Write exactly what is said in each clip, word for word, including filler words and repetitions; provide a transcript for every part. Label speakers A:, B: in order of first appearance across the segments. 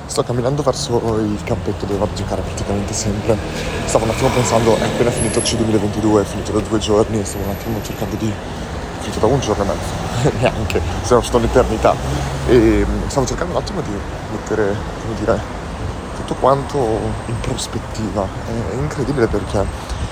A: sto camminando verso il campetto dove vado a giocare praticamente sempre. Stavo un attimo pensando, è appena finito il C duemilaventidue, è finito da due giorni, stavo un attimo cercando di... è finito da un giorno e mezzo, neanche, se non sto un'eternità. E stavo cercando un attimo di mettere, come dire, tutto quanto in prospettiva. È incredibile perché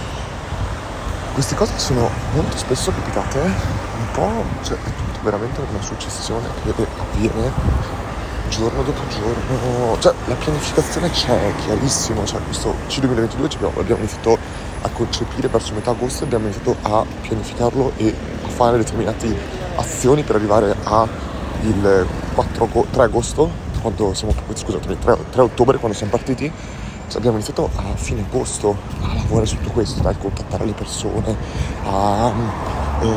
A: queste cose sono molto spesso capitate un po', cioè è tutto veramente una successione che avviene giorno dopo giorno, cioè la pianificazione c'è, chiarissimo, cioè questo C duemilaventidue ci abbiamo, l'abbiamo iniziato a concepire verso metà agosto, abbiamo iniziato a pianificarlo e a fare determinate azioni per arrivare a il quattro, tre agosto, quando siamo, scusatemi, tre ottobre quando siamo partiti. Cioè abbiamo iniziato a fine agosto a lavorare su tutto questo, dai, contattare le persone, a, eh,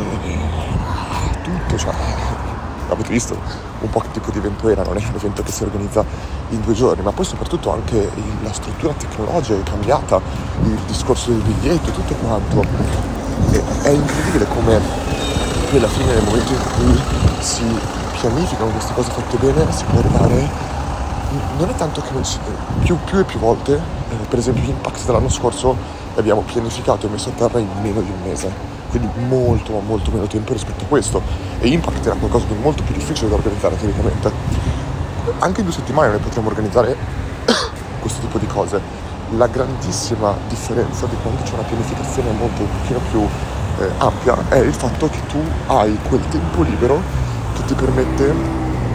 A: a tutto, cioè avete visto un po' che tipo di evento era, non è un evento che si organizza in due giorni, ma poi soprattutto anche il, la struttura tecnologica è cambiata, il discorso del biglietto, tutto quanto. E, è incredibile come poi alla fine, nel momento in cui si pianificano queste cose fatte bene, si può arrivare, non è tanto che non si, più, più e più volte, eh, per esempio Impact dell'anno scorso l'abbiamo pianificato e messo a terra in meno di un mese, quindi molto molto meno tempo rispetto a questo, e Impact era qualcosa di molto più difficile da organizzare teoricamente. Anche in due settimane noi potremmo organizzare questo tipo di cose. La grandissima differenza di quando c'è una pianificazione molto un pochino più eh, ampia è il fatto che tu hai quel tempo libero che ti permette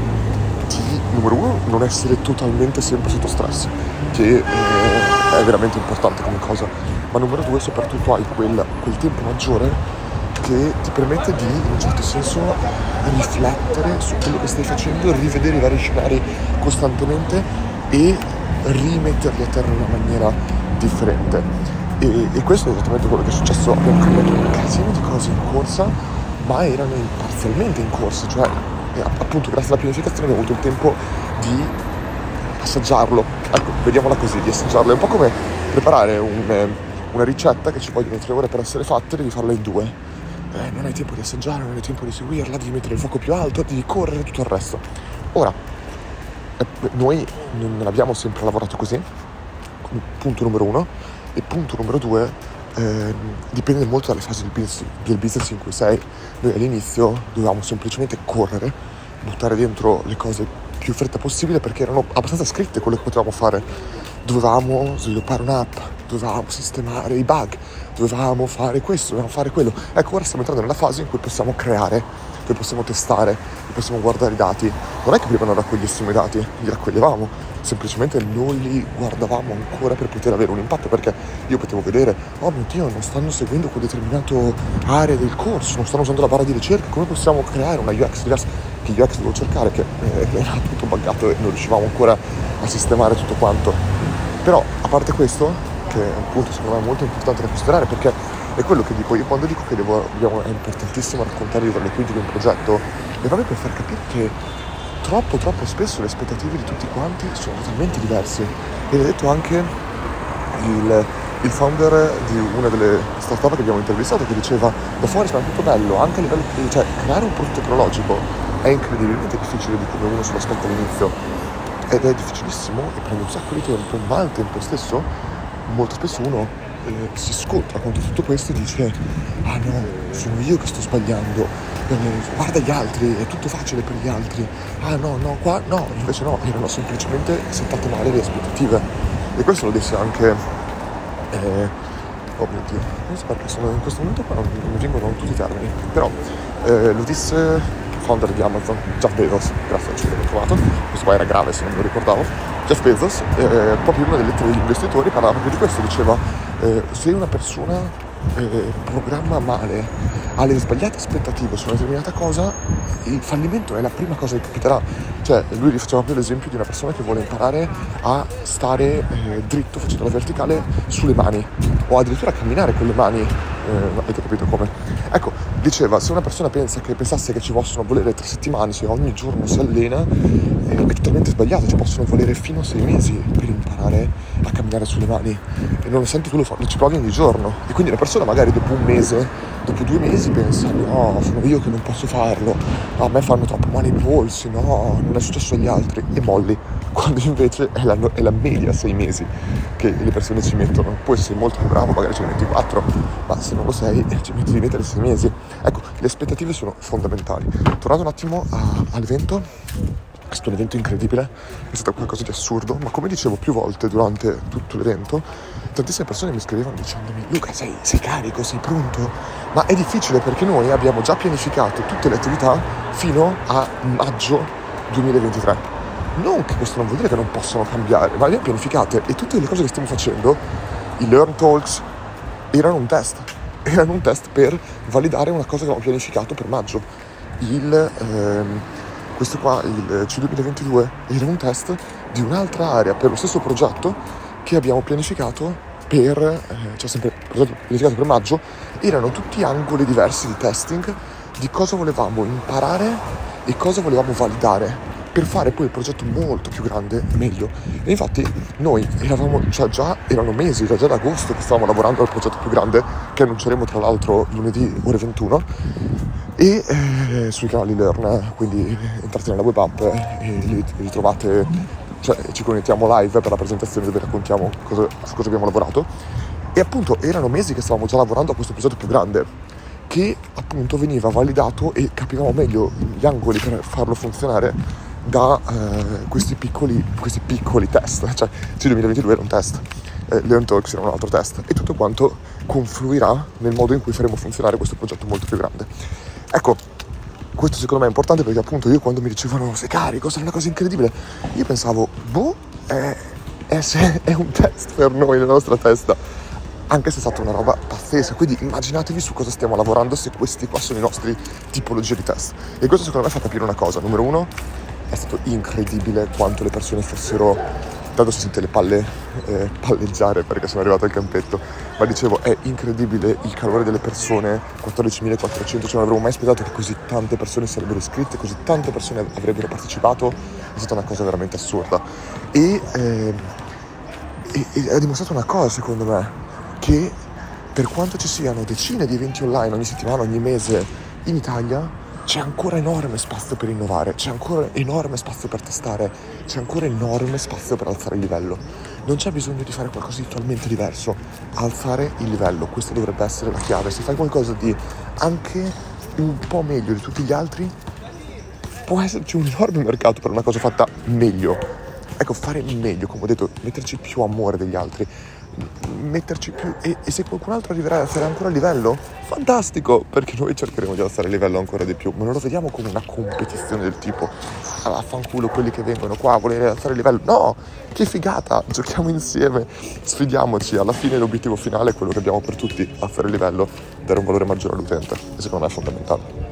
A: di, numero uno, non essere totalmente sempre sotto stress, che eh, è veramente importante come cosa, ma numero due, soprattutto hai quel, quel tempo maggiore che ti permette di, in un certo senso, riflettere su quello che stai facendo, rivedere i vari scenari costantemente e rimetterli a terra in una maniera differente. E, e questo è esattamente quello che è successo. Abbiamo cambiato un casino di cose in corsa, ma erano in, parzialmente in corsa, cioè e appunto grazie alla pianificazione abbiamo avuto il tempo di assaggiarlo, ecco, vediamola così, di assaggiarlo. È un po' come preparare un, una ricetta che ci vogliono tre ore per essere fatte, devi farla in due, eh, non hai tempo di assaggiare, non hai tempo di seguirla, devi mettere il fuoco più alto, devi correre, tutto il resto. Ora, eh, noi non abbiamo sempre lavorato così, punto numero uno, e punto numero due, Eh, dipende molto dalle fasi del business, del business in cui sei. Noi all'inizio dovevamo semplicemente correre, buttare dentro le cose più in fretta possibile perché erano abbastanza scritte quello che potevamo fare. Dovevamo sviluppare un'app, dovevamo sistemare i bug, dovevamo fare questo, dovevamo fare quello. Ecco, ora stiamo entrando nella fase in cui possiamo creare, dove possiamo testare, dove possiamo guardare i dati. Non è che prima non raccogliessimo i dati, li raccoglievamo, semplicemente non li guardavamo ancora per poter avere un impatto, perché io potevo vedere, oh mio Dio, non stanno seguendo quel determinato area del corso, non stanno usando la barra di ricerca, come possiamo creare una U X diversa? Che U X devo cercare, che eh, era tutto buggato e non riuscivamo ancora a sistemare tutto quanto. Però, a parte questo, che è un punto secondo me molto importante da considerare, perché è quello che dico, io quando dico che devo, dobbiamo, è importantissimo raccontare dietro le quinte di un progetto, è proprio per far capire che troppo troppo spesso le aspettative di tutti quanti sono totalmente diverse. E l'ha detto anche il, il founder di una delle startup che abbiamo intervistato, che diceva da fuori sembra tutto bello, anche a livello, cioè creare un prodotto tecnologico è incredibilmente difficile di come uno se lo aspetta all'inizio, ed è difficilissimo e prende un sacco di tempo, ma al tempo stesso molto spesso uno eh, si scontra contro tutto questo e dice ah no, sono io che sto sbagliando, eh, guarda gli altri, è tutto facile per gli altri, ah no, no, qua no, invece no, erano semplicemente settate male le aspettative. E questo lo disse anche eh, oh mio Dio, non so perché sono in questo momento qua non, non mi vengono tutti i termini, però eh, lo disse founder di Amazon, Jeff Bezos, grazie al cielo l'ho trovato, questo qua era grave se non me lo ricordavo. Jeff Bezos, eh, proprio in una delle lettere degli investitori parlava proprio di questo, diceva eh, se una persona eh, programma male, ha le sbagliate aspettative su una determinata cosa, il fallimento è la prima cosa che capiterà. Cioè lui rifaceva proprio l'esempio di una persona che vuole imparare a stare eh, dritto facendo la verticale sulle mani, o addirittura a camminare con le mani, eh, avete capito come? Ecco, diceva, se una persona pensa che pensasse che ci possono volere tre settimane se ogni giorno si allena, eh, è totalmente sbagliato, ci possono volere fino a sei mesi per imparare a camminare sulle mani, e nonostante tu lo, fa, lo ci provi ogni giorno. E quindi una persona magari dopo un mese, dopo due mesi pensa no, sono io che non posso farlo, no, a me fanno troppo male i polsi, no, non è successo agli altri, e molli. quando invece è la, è la media sei mesi che le persone ci mettono. Poi se sei molto più bravo magari ci metti quattro, ma se non lo sei ci metti di mettere sei mesi. Ecco, le aspettative sono fondamentali. Tornando un attimo a, all'evento, è stato un evento incredibile, è stato qualcosa di assurdo, ma come dicevo più volte durante tutto l'evento, tantissime persone mi scrivevano dicendomi: Luca, sei, sei carico, sei pronto? Ma è difficile perché noi abbiamo già pianificato tutte le attività fino a maggio duemilaventitré. Non che questo non vuol dire che non possano cambiare, ma le abbiamo pianificate, e tutte le cose che stiamo facendo, i Learn Talks, erano un test, erano un test per validare una cosa che avevamo pianificato per maggio. Il... Ehm, Questo qua, il C duemilaventidue, era un test di un'altra area per lo stesso progetto che abbiamo pianificato per, eh, cioè sempre progetto pianificato per maggio. Erano tutti angoli diversi di testing di cosa volevamo imparare e cosa volevamo validare per fare poi il progetto molto più grande meglio. E infatti noi eravamo, cioè già erano mesi, era già da agosto che stavamo lavorando al progetto più grande, che annunceremo tra l'altro lunedì ore ventuno, e eh, sui canali Learn, quindi entrate nella web app e li, li trovate, cioè ci connettiamo live per la presentazione dove raccontiamo cosa, su cosa abbiamo lavorato. E appunto erano mesi che stavamo già lavorando a questo progetto più grande, che appunto veniva validato e capivamo meglio gli angoli per farlo funzionare da eh, questi piccoli questi piccoli test. Cioè C duemilaventidue era un test, eh, Learn Talks era un altro test, e tutto quanto confluirà nel modo in cui faremo funzionare questo progetto molto più grande. Ecco, questo secondo me è importante, perché appunto io, quando mi dicevano sei carico, sarà una cosa incredibile, io pensavo, boh, è, è, è un test per noi nella nostra testa, anche se è stata una roba pazzesca. Quindi immaginatevi su cosa stiamo lavorando, se questi qua sono i nostri tipologie di test. E questo secondo me fa capire una cosa. Numero uno, è stato incredibile quanto le persone fossero, tanto si sente le palle eh, palleggiare perché sono arrivato al campetto, ma dicevo, è incredibile il calore delle persone, quattordicimilaquattrocento, cioè non avremmo mai sperato che così tante persone sarebbero iscritte, così tante persone avrebbero partecipato. È stata una cosa veramente assurda, e, eh, e, e ha dimostrato una cosa secondo me, che per quanto ci siano decine di eventi online ogni settimana, ogni mese in Italia, c'è ancora enorme spazio per innovare, c'è ancora enorme spazio per testare, c'è ancora enorme spazio per alzare il livello. Non c'è bisogno di fare qualcosa di totalmente diverso, alzare il livello, questa dovrebbe essere la chiave. Se fai qualcosa di anche un po' meglio di tutti gli altri, può esserci un enorme mercato per una cosa fatta meglio. Ecco, fare meglio, come ho detto, metterci più amore degli altri, metterci più, e, e se qualcun altro arriverà a fare ancora a livello, fantastico, perché noi cercheremo di alzare il livello ancora di più, ma non lo vediamo come una competizione del tipo ah, fanculo quelli che vengono qua a volere alzare il livello. No, che figata, giochiamo insieme, sfidiamoci. Alla fine l'obiettivo finale è quello che abbiamo per tutti: alzare il livello, dare un valore maggiore all'utente, e secondo me è fondamentale.